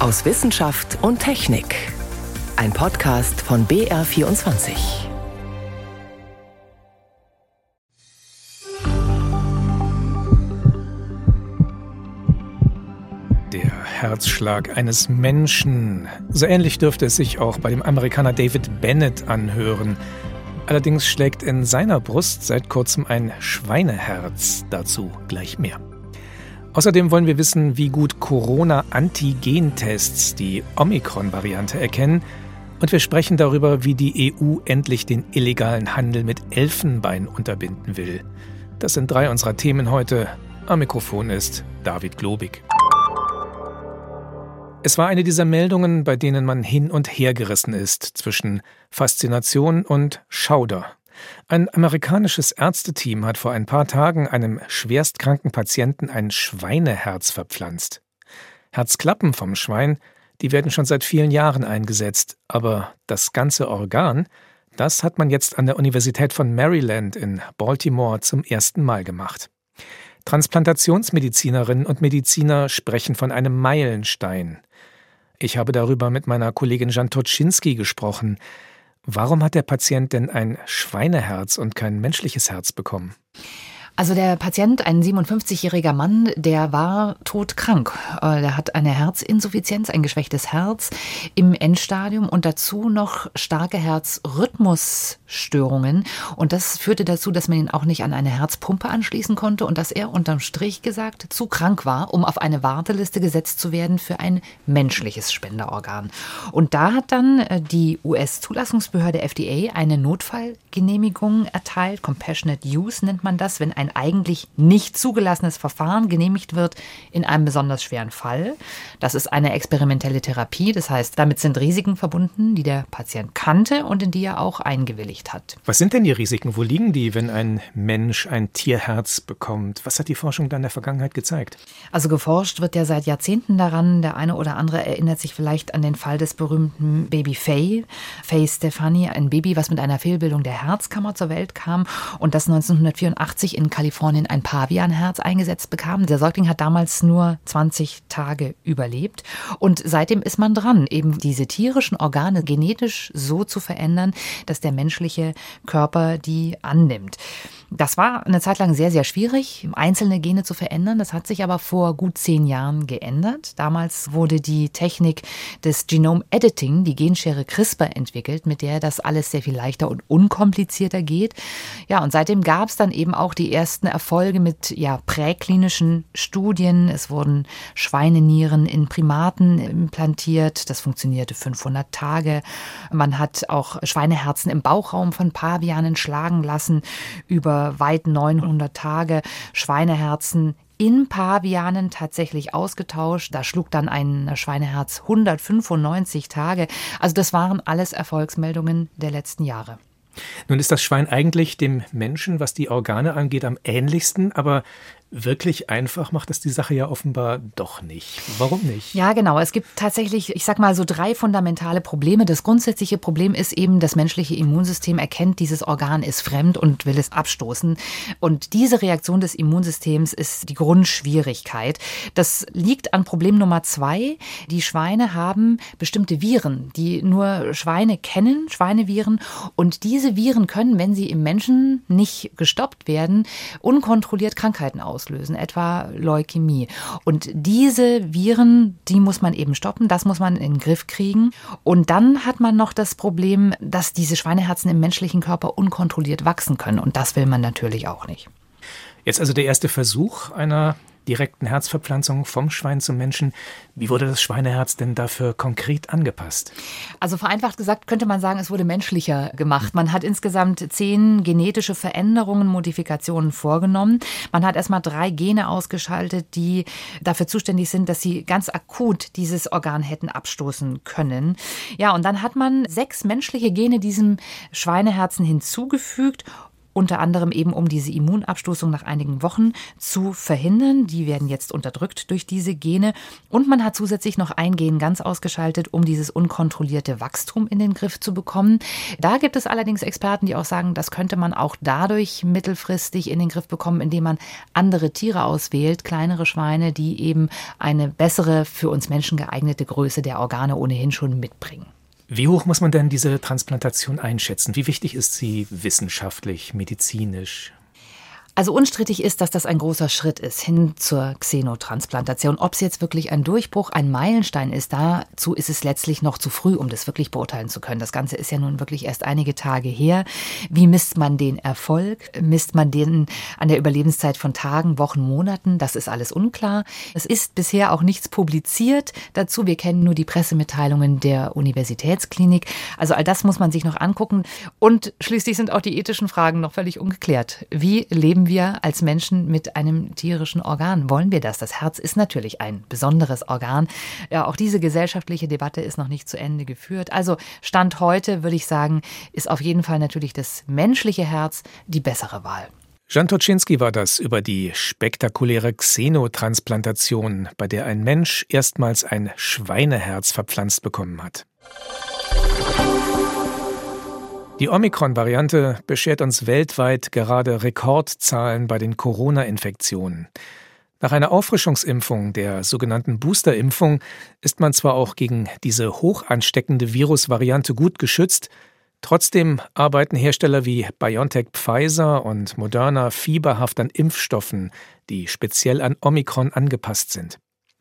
aus Wissenschaft und Technik. Ein Podcast von BR24. Der Herzschlag eines Menschen. So ähnlich dürfte es sich auch bei dem Amerikaner David Bennett anhören. Allerdings schlägt in seiner Brust seit kurzem ein Schweineherz. Dazu gleich mehr. Außerdem wollen wir wissen, wie gut Corona-Antigen-Tests die Omikron-Variante erkennen. Und wir sprechen darüber, wie die EU endlich den illegalen Handel mit Elfenbein unterbinden will. Das sind 3 unserer Themen heute. Am Mikrofon ist David Globig. Es war eine dieser Meldungen, bei denen man hin und her gerissen ist zwischen Faszination und Schauder. Ein amerikanisches Ärzteteam hat vor ein paar Tagen einem schwerstkranken Patienten ein Schweineherz verpflanzt. Herzklappen vom Schwein, die werden schon seit vielen Jahren eingesetzt, aber das ganze Organ, das hat man jetzt an der Universität von Maryland in Baltimore zum ersten Mal gemacht. Transplantationsmedizinerinnen und Mediziner sprechen von einem Meilenstein. Ich habe darüber mit meiner Kollegin Jan Toczynski gesprochen. Warum hat der Patient denn ein Schweineherz und kein menschliches Herz bekommen? Also der Patient, ein 57-jähriger Mann, der war todkrank. Der hat eine Herzinsuffizienz, ein geschwächtes Herz im Endstadium und dazu noch starke Herzrhythmusstörungen. Und das führte dazu, dass man ihn auch nicht an eine Herzpumpe anschließen konnte und dass er unterm Strich gesagt zu krank war, um auf eine Warteliste gesetzt zu werden für ein menschliches Spenderorgan. Und da hat dann die US-Zulassungsbehörde FDA eine Notfallgenehmigung erteilt. Compassionate Use nennt man das, wenn ein eigentlich nicht zugelassenes Verfahren genehmigt wird in einem besonders schweren Fall. Das ist eine experimentelle Therapie, das heißt, damit sind Risiken verbunden, die der Patient kannte und in die er auch eingewilligt hat. Was sind denn die Risiken? Wo liegen die, wenn ein Mensch ein Tierherz bekommt? Was hat die Forschung da in der Vergangenheit gezeigt? Also geforscht wird ja seit Jahrzehnten daran. Der eine oder andere erinnert sich vielleicht an den Fall des berühmten Baby Faye Stefani, ein Baby, was mit einer Fehlbildung der Herzkammer zur Welt kam und das 1984 in Kalifornien ein Pavianherz eingesetzt bekam. Der Säugling hat damals nur 20 Tage überlebt. Und seitdem ist man dran, eben diese tierischen Organe genetisch so zu verändern, dass der menschliche Körper die annimmt. Das war eine Zeit lang sehr, sehr schwierig, einzelne Gene zu verändern. Das hat sich aber vor gut 10 Jahren geändert. Damals wurde die Technik des Genome Editing, die Genschere CRISPR, entwickelt, mit der das alles sehr viel leichter und unkomplizierter geht. Ja, und seitdem gab es dann eben auch die ersten Erfolge mit präklinischen Studien. Es wurden Schweinenieren in Primaten implantiert. Das funktionierte 500 Tage. Man hat auch Schweineherzen im Bauchraum von Pavianen schlagen lassen über weit 900 Tage. Schweineherzen in Pavianen tatsächlich ausgetauscht. Da schlug dann ein Schweineherz 195 Tage. Also das waren alles Erfolgsmeldungen der letzten Jahre. Nun ist das Schwein eigentlich dem Menschen, was die Organe angeht, am ähnlichsten, aber wirklich einfach macht das die Sache ja offenbar doch nicht. Warum nicht? Ja, genau. Es gibt tatsächlich, ich sag mal, so 3 fundamentale Probleme. Das grundsätzliche Problem ist eben, das menschliche Immunsystem erkennt, dieses Organ ist fremd und will es abstoßen. Und diese Reaktion des Immunsystems ist die Grundschwierigkeit. Das liegt an Problem Nummer 2. Die Schweine haben bestimmte Viren, die nur Schweine kennen, Schweineviren. Und diese Viren können, wenn sie im Menschen nicht gestoppt werden, unkontrolliert Krankheiten auslösen, etwa Leukämie. Und diese Viren, die muss man eben stoppen, das muss man in den Griff kriegen. Und dann hat man noch das Problem, dass diese Schweineherzen im menschlichen Körper unkontrolliert wachsen können. Und das will man natürlich auch nicht. Jetzt also der erste Versuch einer direkten Herzverpflanzung vom Schwein zum Menschen. Wie wurde das Schweineherz denn dafür konkret angepasst? Also vereinfacht gesagt könnte man sagen, es wurde menschlicher gemacht. Man hat insgesamt 10 genetische Veränderungen, Modifikationen vorgenommen. Man hat erstmal 3 Gene ausgeschaltet, die dafür zuständig sind, dass sie ganz akut dieses Organ hätten abstoßen können. Ja, und dann hat man 6 menschliche Gene diesem Schweineherzen hinzugefügt unter anderem eben um diese Immunabstoßung nach einigen Wochen zu verhindern. Die werden jetzt unterdrückt durch diese Gene. Und man hat zusätzlich noch ein Gen ganz ausgeschaltet, um dieses unkontrollierte Wachstum in den Griff zu bekommen. Da gibt es allerdings Experten, die auch sagen, das könnte man auch dadurch mittelfristig in den Griff bekommen, indem man andere Tiere auswählt, kleinere Schweine, die eben eine bessere, für uns Menschen geeignete Größe der Organe ohnehin schon mitbringen. Wie hoch muss man denn diese Transplantation einschätzen? Wie wichtig ist sie wissenschaftlich, medizinisch? Also unstrittig ist, dass das ein großer Schritt ist hin zur Xenotransplantation. Ob es jetzt wirklich ein Durchbruch, ein Meilenstein ist, dazu ist es letztlich noch zu früh, um das wirklich beurteilen zu können. Das Ganze ist ja nun wirklich erst einige Tage her. Wie misst man den Erfolg? Misst man den an der Überlebenszeit von Tagen, Wochen, Monaten? Das ist alles unklar. Es ist bisher auch nichts publiziert dazu. Wir kennen nur die Pressemitteilungen der Universitätsklinik. Also all das muss man sich noch angucken. Und schließlich sind auch die ethischen Fragen noch völlig ungeklärt. Wie leben wir als Menschen mit einem tierischen Organ? Wollen wir das? Das Herz ist natürlich ein besonderes Organ. Ja, auch diese gesellschaftliche Debatte ist noch nicht zu Ende geführt. Also Stand heute, würde ich sagen, ist auf jeden Fall natürlich das menschliche Herz die bessere Wahl. Jan Toczynski war das über die spektakuläre Xenotransplantation, bei der ein Mensch erstmals ein Schweineherz verpflanzt bekommen hat. Die Omikron-Variante beschert uns weltweit gerade Rekordzahlen bei den Corona-Infektionen. Nach einer Auffrischungsimpfung, der sogenannten Boosterimpfung, ist man zwar auch gegen diese hoch ansteckende Virusvariante gut geschützt, trotzdem arbeiten Hersteller wie BioNTech, Pfizer und Moderna fieberhaft an Impfstoffen, die speziell an Omikron angepasst sind.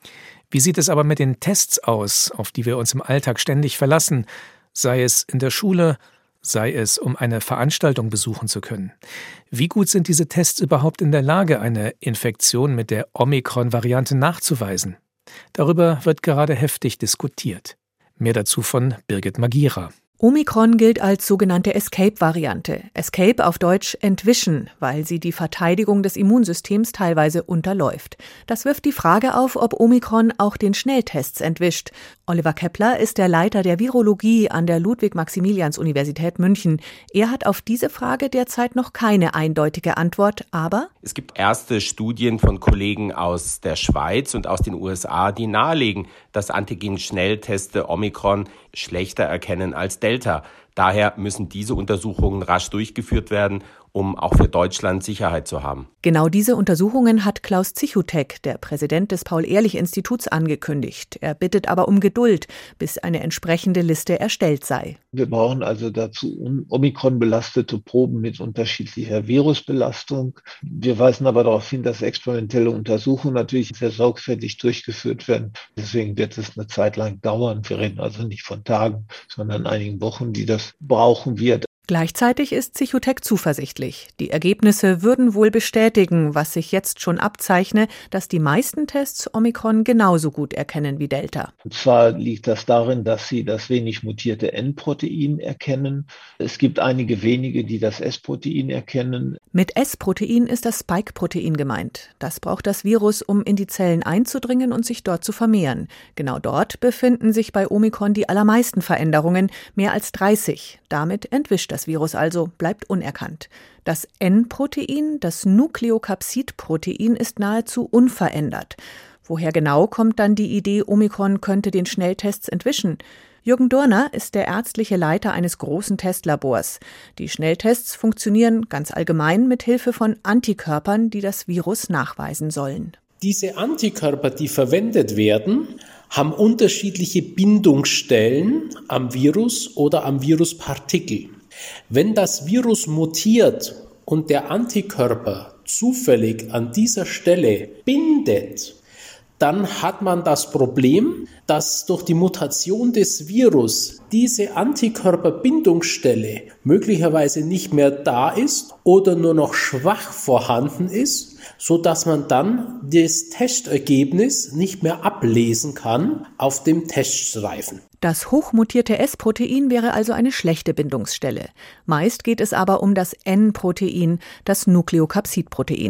Wie sieht es aber mit den Tests aus, auf die wir uns im Alltag ständig verlassen, sei es in der Schule, sei es, um eine Veranstaltung besuchen zu können? Wie gut sind diese Tests überhaupt in der Lage, eine Infektion mit der Omikron-Variante nachzuweisen? Darüber wird gerade heftig diskutiert. Mehr dazu von Birgit Magira. Omikron gilt als sogenannte Escape-Variante. Escape auf Deutsch entwischen, weil sie die Verteidigung des Immunsystems teilweise unterläuft. Das wirft die Frage auf, ob Omikron auch den Schnelltests entwischt. Oliver Kepler ist der Leiter der Virologie an der Ludwig-Maximilians-Universität München. Er hat auf diese Frage derzeit noch keine eindeutige Antwort, aber es gibt erste Studien von Kollegen aus der Schweiz und aus den USA, die nahelegen, dass Antigen-Schnelltests Omikron schlechter erkennen als Delta. Daher müssen diese Untersuchungen rasch durchgeführt werden, um auch für Deutschland Sicherheit zu haben. Genau diese Untersuchungen hat Klaus Zichutek, der Präsident des Paul-Ehrlich-Instituts, angekündigt. Er bittet aber um Geduld, bis eine entsprechende Liste erstellt sei. Wir brauchen also dazu Omikron-belastete Proben mit unterschiedlicher Virusbelastung. Wir weisen aber darauf hin, dass experimentelle Untersuchungen natürlich sehr sorgfältig durchgeführt werden. Deswegen wird es eine Zeit lang dauern. Wir reden also nicht von Tagen, sondern einigen Wochen, die das brauchen wird. Gleichzeitig ist Zichutek zuversichtlich. Die Ergebnisse würden wohl bestätigen, was sich jetzt schon abzeichne, dass die meisten Tests Omikron genauso gut erkennen wie Delta. Und zwar liegt das darin, dass sie das wenig mutierte N-Protein erkennen. Es gibt einige wenige, die das S-Protein erkennen. Mit S-Protein ist das Spike-Protein gemeint. Das braucht das Virus, um in die Zellen einzudringen und sich dort zu vermehren. Genau dort befinden sich bei Omikron die allermeisten Veränderungen, mehr als 30. Damit entwischt das Virus also, bleibt unerkannt. Das N-Protein, das Nukleokapsid-Protein, ist nahezu unverändert. Woher genau kommt dann die Idee, Omikron könnte den Schnelltests entwischen? Jürgen Durner ist der ärztliche Leiter eines großen Testlabors. Die Schnelltests funktionieren ganz allgemein mit Hilfe von Antikörpern, die das Virus nachweisen sollen. Diese Antikörper, die verwendet werden, haben unterschiedliche Bindungsstellen am Virus oder am Viruspartikel. Wenn das Virus mutiert und der Antikörper zufällig an dieser Stelle bindet, dann hat man das Problem, dass durch die Mutation des Virus diese Antikörperbindungsstelle möglicherweise nicht mehr da ist oder nur noch schwach vorhanden ist, sodass man dann das Testergebnis nicht mehr ablesen kann auf dem Teststreifen. Das hochmutierte S-Protein wäre also eine schlechte Bindungsstelle. Meist geht es aber um das N-Protein, das Nukleokapsid-Protein.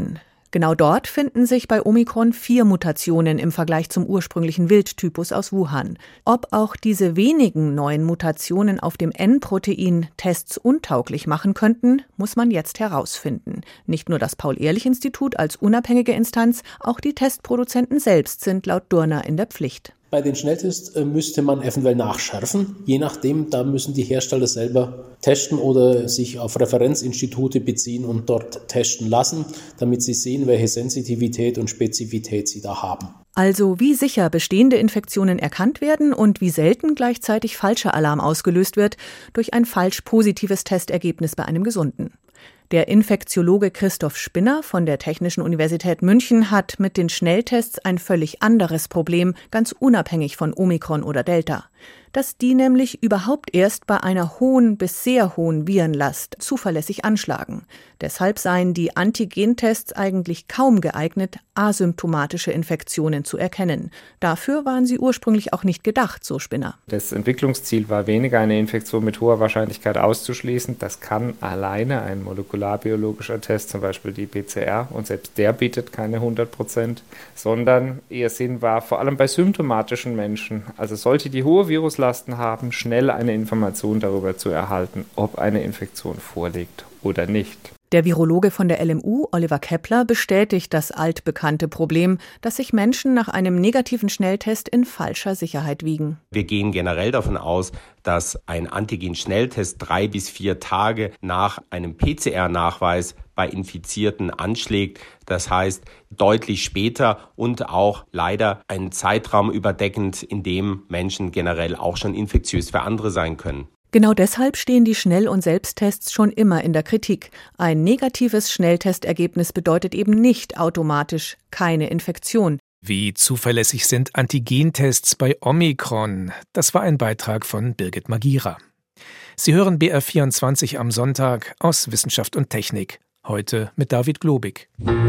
Genau dort finden sich bei Omikron 4 Mutationen im Vergleich zum ursprünglichen Wildtypus aus Wuhan. Ob auch diese wenigen neuen Mutationen auf dem N-Protein Tests untauglich machen könnten, muss man jetzt herausfinden. Nicht nur das Paul-Ehrlich-Institut als unabhängige Instanz, auch die Testproduzenten selbst sind laut Durna in der Pflicht. Bei den Schnelltests müsste man eventuell nachschärfen. Je nachdem, da müssen die Hersteller selber testen oder sich auf Referenzinstitute beziehen und dort testen lassen, damit sie sehen, welche Sensitivität und Spezifität sie da haben. Also wie sicher bestehende Infektionen erkannt werden und wie selten gleichzeitig falscher Alarm ausgelöst wird durch ein falsch positives Testergebnis bei einem Gesunden. Der Infektiologe Christoph Spinner von der Technischen Universität München hat mit den Schnelltests ein völlig anderes Problem, ganz unabhängig von Omikron oder Delta. Dass die nämlich überhaupt erst bei einer hohen bis sehr hohen Virenlast zuverlässig anschlagen. Deshalb seien die Antigentests eigentlich kaum geeignet, asymptomatische Infektionen zu erkennen. Dafür waren sie ursprünglich auch nicht gedacht, so Spinner. Das Entwicklungsziel war weniger, eine Infektion mit hoher Wahrscheinlichkeit auszuschließen. Das kann alleine ein molekularbiologischer Test, zum Beispiel die PCR, und selbst der bietet keine 100%, sondern eher Sinn war, vor allem bei symptomatischen Menschen, also solche, die hohe Viruslasten haben, schnell eine Information darüber zu erhalten, ob eine Infektion vorliegt oder nicht. Der Virologe von der LMU, Oliver Kepler, bestätigt das altbekannte Problem, dass sich Menschen nach einem negativen Schnelltest in falscher Sicherheit wiegen. Wir gehen generell davon aus, dass ein Antigen-Schnelltest 3 bis 4 Tage nach einem PCR-Nachweis bei Infizierten anschlägt. Das heißt, deutlich später und auch leider einen Zeitraum überdeckend, in dem Menschen generell auch schon infektiös für andere sein können. Genau deshalb stehen die Schnell- und Selbsttests schon immer in der Kritik. Ein negatives Schnelltestergebnis bedeutet eben nicht automatisch keine Infektion. Wie zuverlässig sind Antigentests bei Omikron? Das war ein Beitrag von Birgit Magira. Sie hören BR24 am Sonntag aus Wissenschaft und Technik. Heute mit David Globig.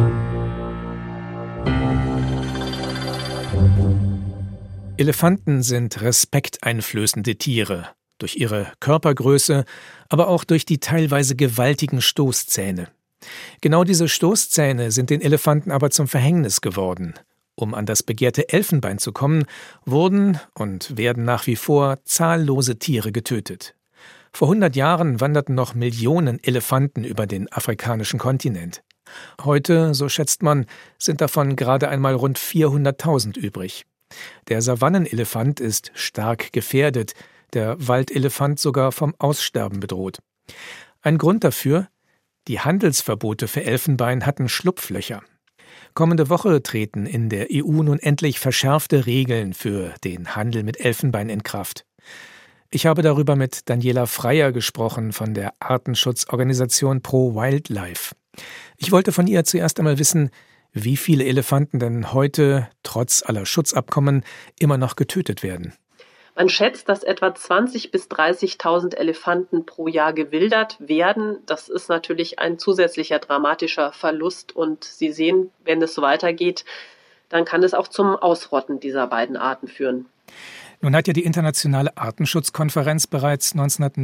Elefanten sind respekteinflößende Tiere. Durch ihre Körpergröße, aber auch durch die teilweise gewaltigen Stoßzähne. Genau diese Stoßzähne sind den Elefanten aber zum Verhängnis geworden. Um an das begehrte Elfenbein zu kommen, wurden und werden nach wie vor zahllose Tiere getötet. Vor 100 Jahren wanderten noch Millionen Elefanten über den afrikanischen Kontinent. Heute, so schätzt man, sind davon gerade einmal rund 400.000 übrig. Der Savannenelefant ist stark gefährdet, der Waldelefant sogar vom Aussterben bedroht. Ein Grund dafür? Die Handelsverbote für Elfenbein hatten Schlupflöcher. Kommende Woche treten in der EU nun endlich verschärfte Regeln für den Handel mit Elfenbein in Kraft. Ich habe darüber mit Daniela Freier gesprochen von der Artenschutzorganisation Pro Wildlife. Ich wollte von ihr zuerst einmal wissen, wie viele Elefanten denn heute, trotz aller Schutzabkommen, immer noch getötet werden. Man schätzt, dass etwa 20.000 bis 30.000 Elefanten pro Jahr gewildert werden. Das ist natürlich ein zusätzlicher dramatischer Verlust. Und Sie sehen, wenn es so weitergeht, dann kann es auch zum Ausrotten dieser beiden Arten führen. Nun hat ja die Internationale Artenschutzkonferenz bereits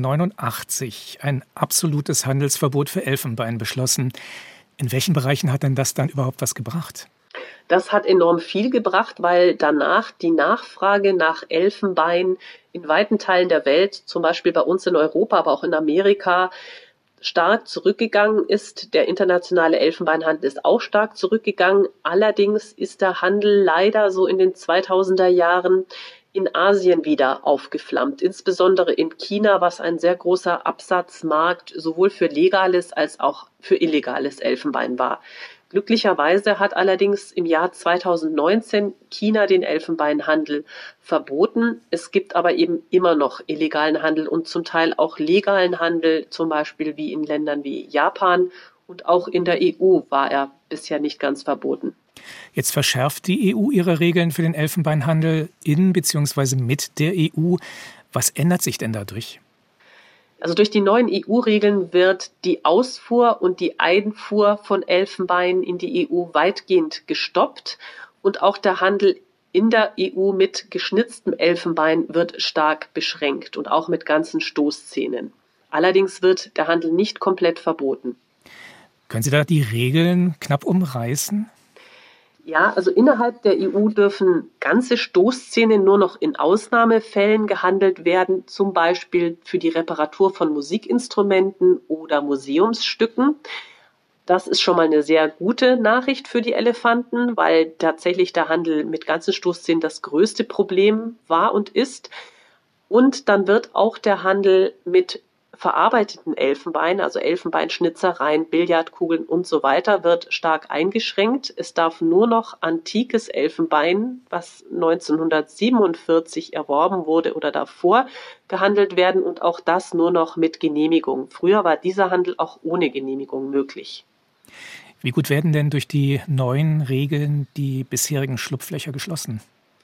1989 ein absolutes Handelsverbot für Elfenbein beschlossen. In welchen Bereichen hat denn das dann überhaupt was gebracht? Das hat enorm viel gebracht, weil danach die Nachfrage nach Elfenbein in weiten Teilen der Welt, zum Beispiel bei uns in Europa, aber auch in Amerika, stark zurückgegangen ist. Der internationale Elfenbeinhandel ist auch stark zurückgegangen. Allerdings ist der Handel leider so in den 2000er Jahren in Asien wieder aufgeflammt, insbesondere in China, was ein sehr großer Absatzmarkt sowohl für legales als auch für illegales Elfenbein war. Glücklicherweise hat allerdings im Jahr 2019 China den Elfenbeinhandel verboten. Es gibt aber eben immer noch illegalen Handel und zum Teil auch legalen Handel, zum Beispiel wie in Ländern wie Japan. Und auch in der EU war er bisher nicht ganz verboten. Jetzt verschärft die EU ihre Regeln für den Elfenbeinhandel in bzw. mit der EU. Was ändert sich denn dadurch? Also durch die neuen EU-Regeln wird die Ausfuhr und die Einfuhr von Elfenbein in die EU weitgehend gestoppt und auch der Handel in der EU mit geschnitztem Elfenbein wird stark beschränkt und auch mit ganzen Stoßzähnen. Allerdings wird der Handel nicht komplett verboten. Können Sie da die Regeln knapp umreißen? Ja, also innerhalb der EU dürfen ganze Stoßzähne nur noch in Ausnahmefällen gehandelt werden, zum Beispiel für die Reparatur von Musikinstrumenten oder Museumsstücken. Das ist schon mal eine sehr gute Nachricht für die Elefanten, weil tatsächlich der Handel mit ganzen Stoßzähnen das größte Problem war und ist. Und dann wird auch der Handel mit verarbeiteten Elfenbein, also Elfenbeinschnitzereien, Billardkugeln und so weiter, wird stark eingeschränkt. Es darf nur noch antikes Elfenbein, was 1947 erworben wurde oder davor, gehandelt werden und auch das nur noch mit Genehmigung. Früher war dieser Handel auch ohne Genehmigung möglich. Wie gut werden denn durch die neuen Regeln die bisherigen Schlupflöcher geschlossen?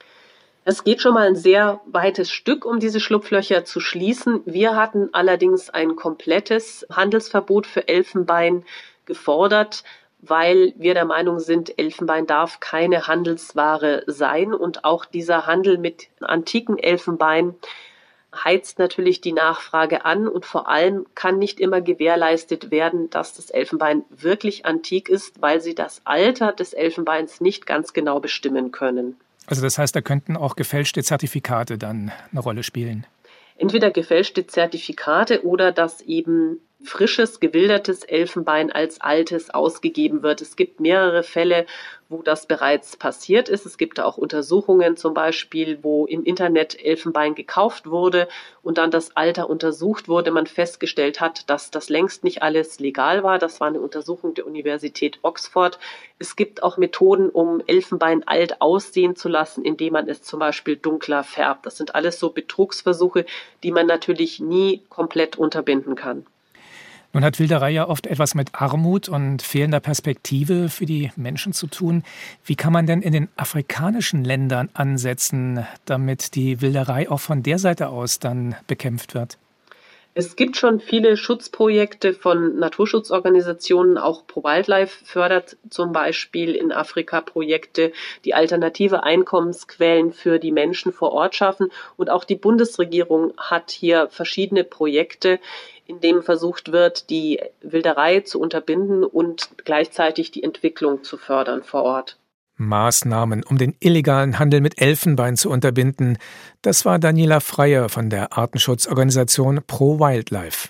Es geht schon mal ein sehr weites Stück, um diese Schlupflöcher zu schließen. Wir hatten allerdings ein komplettes Handelsverbot für Elfenbein gefordert, weil wir der Meinung sind, Elfenbein darf keine Handelsware sein. Und auch dieser Handel mit antiken Elfenbein heizt natürlich die Nachfrage an. Und vor allem kann nicht immer gewährleistet werden, dass das Elfenbein wirklich antik ist, weil sie das Alter des Elfenbeins nicht ganz genau bestimmen können. Also das heißt, da könnten auch gefälschte Zertifikate dann eine Rolle spielen. Entweder gefälschte Zertifikate oder dass eben frisches, gewildertes Elfenbein als altes ausgegeben wird. Es gibt mehrere Fälle, wo das bereits passiert ist. Es gibt auch Untersuchungen zum Beispiel, wo im Internet Elfenbein gekauft wurde und dann das Alter untersucht wurde. Man festgestellt hat, dass das längst nicht alles legal war. Das war eine Untersuchung der Universität Oxford. Es gibt auch Methoden, um Elfenbein alt aussehen zu lassen, indem man es zum Beispiel dunkler färbt. Das sind alles so Betrugsversuche, die man natürlich nie komplett unterbinden kann. Nun hat Wilderei ja oft etwas mit Armut und fehlender Perspektive für die Menschen zu tun. Wie kann man denn in den afrikanischen Ländern ansetzen, damit die Wilderei auch von der Seite aus dann bekämpft wird? Es gibt schon viele Schutzprojekte von Naturschutzorganisationen, auch ProWildlife fördert zum Beispiel in Afrika Projekte, die alternative Einkommensquellen für die Menschen vor Ort schaffen. Und auch die Bundesregierung hat hier verschiedene Projekte, in dem versucht wird, die Wilderei zu unterbinden und gleichzeitig die Entwicklung zu fördern vor Ort. Maßnahmen, um den illegalen Handel mit Elfenbein zu unterbinden. Das war Daniela Freier von der Artenschutzorganisation ProWildlife.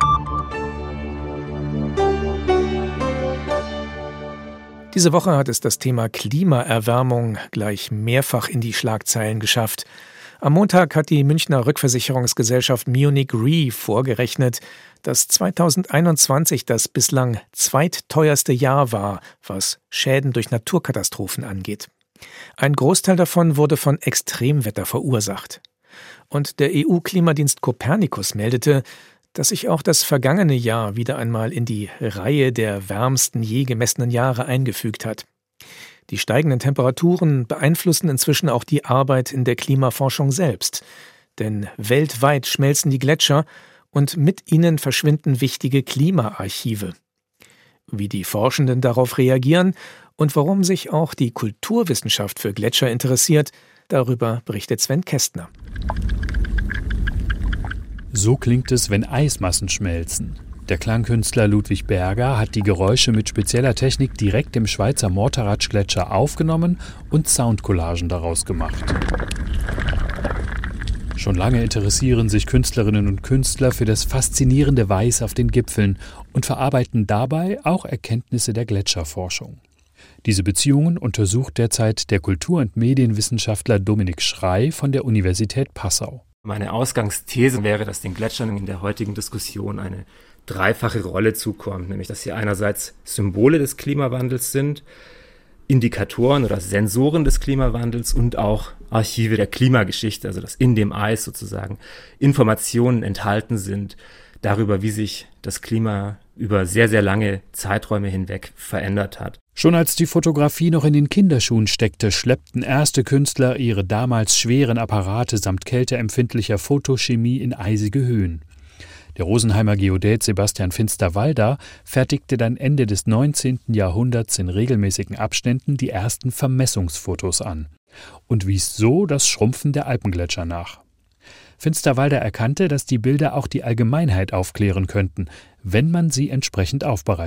Diese Woche hat es das Thema Klimaerwärmung gleich mehrfach in die Schlagzeilen geschafft. Am Montag hat die Münchner Rückversicherungsgesellschaft Munich Re vorgerechnet, dass 2021 das bislang zweitteuerste Jahr war, was Schäden durch Naturkatastrophen angeht. Ein Großteil davon wurde von Extremwetter verursacht. Und der EU-Klimadienst Copernicus meldete, dass sich auch das vergangene Jahr wieder einmal in die Reihe der wärmsten je gemessenen Jahre eingefügt hat. Die steigenden Temperaturen beeinflussen inzwischen auch die Arbeit in der Klimaforschung selbst. Denn weltweit schmelzen die Gletscher und mit ihnen verschwinden wichtige Klimaarchive. Wie die Forschenden darauf reagieren und warum sich auch die Kulturwissenschaft für Gletscher interessiert, darüber berichtet Sven Kästner. So klingt es, wenn Eismassen schmelzen. Der Klangkünstler Ludwig Berger hat die Geräusche mit spezieller Technik direkt im Schweizer Morteratsch-Gletscher aufgenommen und Soundcollagen daraus gemacht. Schon lange interessieren sich Künstlerinnen und Künstler für das faszinierende Weiß auf den Gipfeln und verarbeiten dabei auch Erkenntnisse der Gletscherforschung. Diese Beziehungen untersucht derzeit der Kultur- und Medienwissenschaftler Dominik Schrey von der Universität Passau. Meine Ausgangsthese wäre, dass den Gletschern in der heutigen Diskussion eine dreifache Rolle zukommt, nämlich dass sie einerseits Symbole des Klimawandels sind, Indikatoren oder Sensoren des Klimawandels und auch Archive der Klimageschichte, also dass in dem Eis sozusagen Informationen enthalten sind darüber, wie sich das Klima über sehr, sehr lange Zeiträume hinweg verändert hat. Schon als die Fotografie noch in den Kinderschuhen steckte, schleppten erste Künstler ihre damals schweren Apparate samt kälteempfindlicher Photochemie in eisige Höhen. Der Rosenheimer Geodät Sebastian Finsterwalder fertigte dann Ende des 19. Jahrhunderts in regelmäßigen Abständen die ersten Vermessungsfotos an und wies so das Schrumpfen der Alpengletscher nach. Finsterwalder erkannte, dass die Bilder auch die Allgemeinheit aufklären könnten, wenn man sie entsprechend aufbereitet.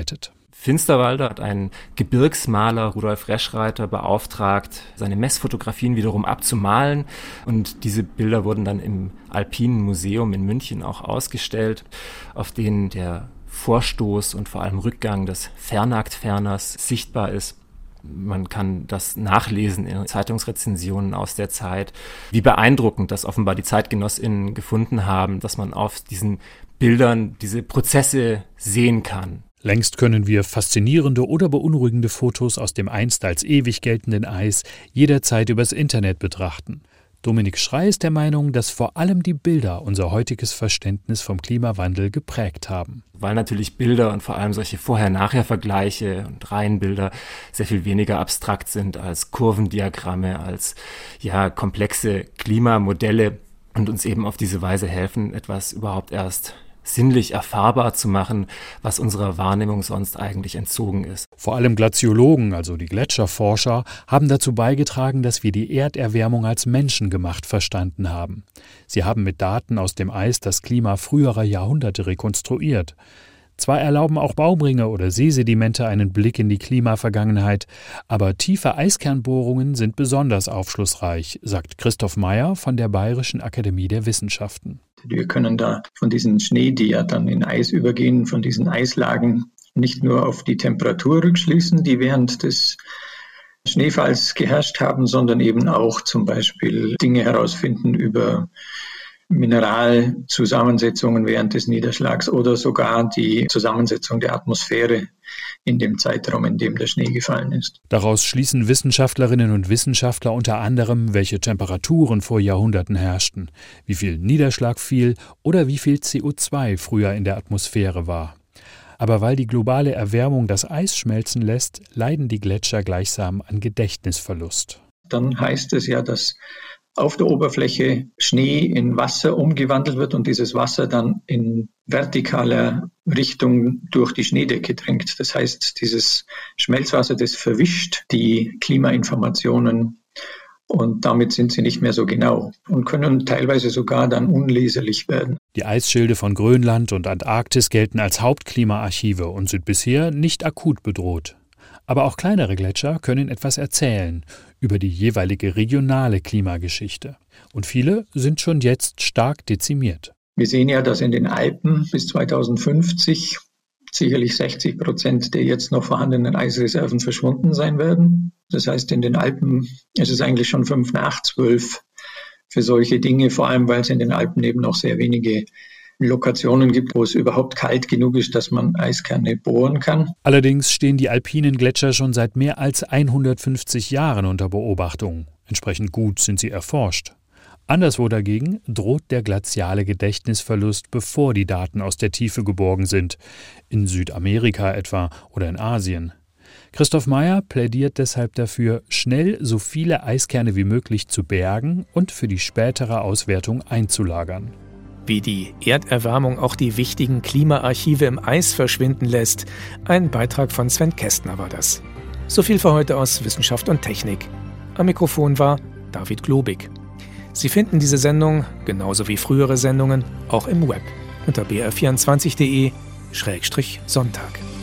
Finsterwalde hat einen Gebirgsmaler, Rudolf Reschreiter, beauftragt, seine Messfotografien wiederum abzumalen. Und diese Bilder wurden dann im Alpinen Museum in München auch ausgestellt, auf denen der Vorstoß und vor allem Rückgang des Vernagtferners sichtbar ist. Man kann das nachlesen in Zeitungsrezensionen aus der Zeit, wie beeindruckend das offenbar die ZeitgenossInnen gefunden haben, dass man auf diesen Bildern diese Prozesse sehen kann. Längst können wir faszinierende oder beunruhigende Fotos aus dem einst als ewig geltenden Eis jederzeit übers Internet betrachten. Dominik Schrey ist der Meinung, dass vor allem die Bilder unser heutiges Verständnis vom Klimawandel geprägt haben. Weil natürlich Bilder und vor allem solche Vorher-Nachher-Vergleiche und Reihenbilder sehr viel weniger abstrakt sind als Kurvendiagramme, als komplexe Klimamodelle und uns eben auf diese Weise helfen, etwas überhaupt erst sinnlich erfahrbar zu machen, was unserer Wahrnehmung sonst eigentlich entzogen ist. Vor allem Glaziologen, also die Gletscherforscher, haben dazu beigetragen, dass wir die Erderwärmung als menschengemacht verstanden haben. Sie haben mit Daten aus dem Eis das Klima früherer Jahrhunderte rekonstruiert. Zwar erlauben auch Baumringe oder Seesedimente einen Blick in die Klimavergangenheit, aber tiefe Eiskernbohrungen sind besonders aufschlussreich, sagt Christoph Meyer von der Bayerischen Akademie der Wissenschaften. Wir können da von diesen Schnee, die ja dann in Eis übergehen, von diesen Eislagen nicht nur auf die Temperatur rückschließen, die während des Schneefalls geherrscht haben, sondern eben auch zum Beispiel Dinge herausfinden über Mineralzusammensetzungen während des Niederschlags oder sogar die Zusammensetzung der Atmosphäre in dem Zeitraum, in dem der Schnee gefallen ist. Daraus schließen Wissenschaftlerinnen und Wissenschaftler unter anderem, welche Temperaturen vor Jahrhunderten herrschten, wie viel Niederschlag fiel oder wie viel CO2 früher in der Atmosphäre war. Aber weil die globale Erwärmung das Eis schmelzen lässt, leiden die Gletscher gleichsam an Gedächtnisverlust. Dann heißt es ja, dass auf der Oberfläche Schnee in Wasser umgewandelt wird und dieses Wasser dann in vertikaler Richtung durch die Schneedecke dringt. Das heißt, dieses Schmelzwasser, das verwischt die Klimainformationen und damit sind sie nicht mehr so genau und können teilweise sogar dann unleserlich werden. Die Eisschilde von Grönland und Antarktis gelten als Hauptklimaarchive und sind bisher nicht akut bedroht. Aber auch kleinere Gletscher können etwas erzählen über die jeweilige regionale Klimageschichte. Und viele sind schon jetzt stark dezimiert. Wir sehen ja, dass in den Alpen bis 2050 sicherlich 60% der jetzt noch vorhandenen Eisreserven verschwunden sein werden. Das heißt, in den Alpen ist es eigentlich schon 5 nach 12 für solche Dinge, vor allem weil es in den Alpen eben noch sehr wenige Lokationen gibt, wo es überhaupt kalt genug ist, dass man Eiskerne bohren kann. Allerdings stehen die alpinen Gletscher schon seit mehr als 150 Jahren unter Beobachtung. Entsprechend gut sind sie erforscht. Anderswo dagegen droht der glaziale Gedächtnisverlust, bevor die Daten aus der Tiefe geborgen sind. In Südamerika etwa oder in Asien. Christoph Meyer plädiert deshalb dafür, schnell so viele Eiskerne wie möglich zu bergen und für die spätere Auswertung einzulagern. Wie die Erderwärmung auch die wichtigen Klimaarchive im Eis verschwinden lässt. Ein Beitrag von Sven Kästner war das. So viel für heute aus Wissenschaft und Technik. Am Mikrofon war David Globig. Sie finden diese Sendung, genauso wie frühere Sendungen, auch im Web unter br24.de/Sonntag.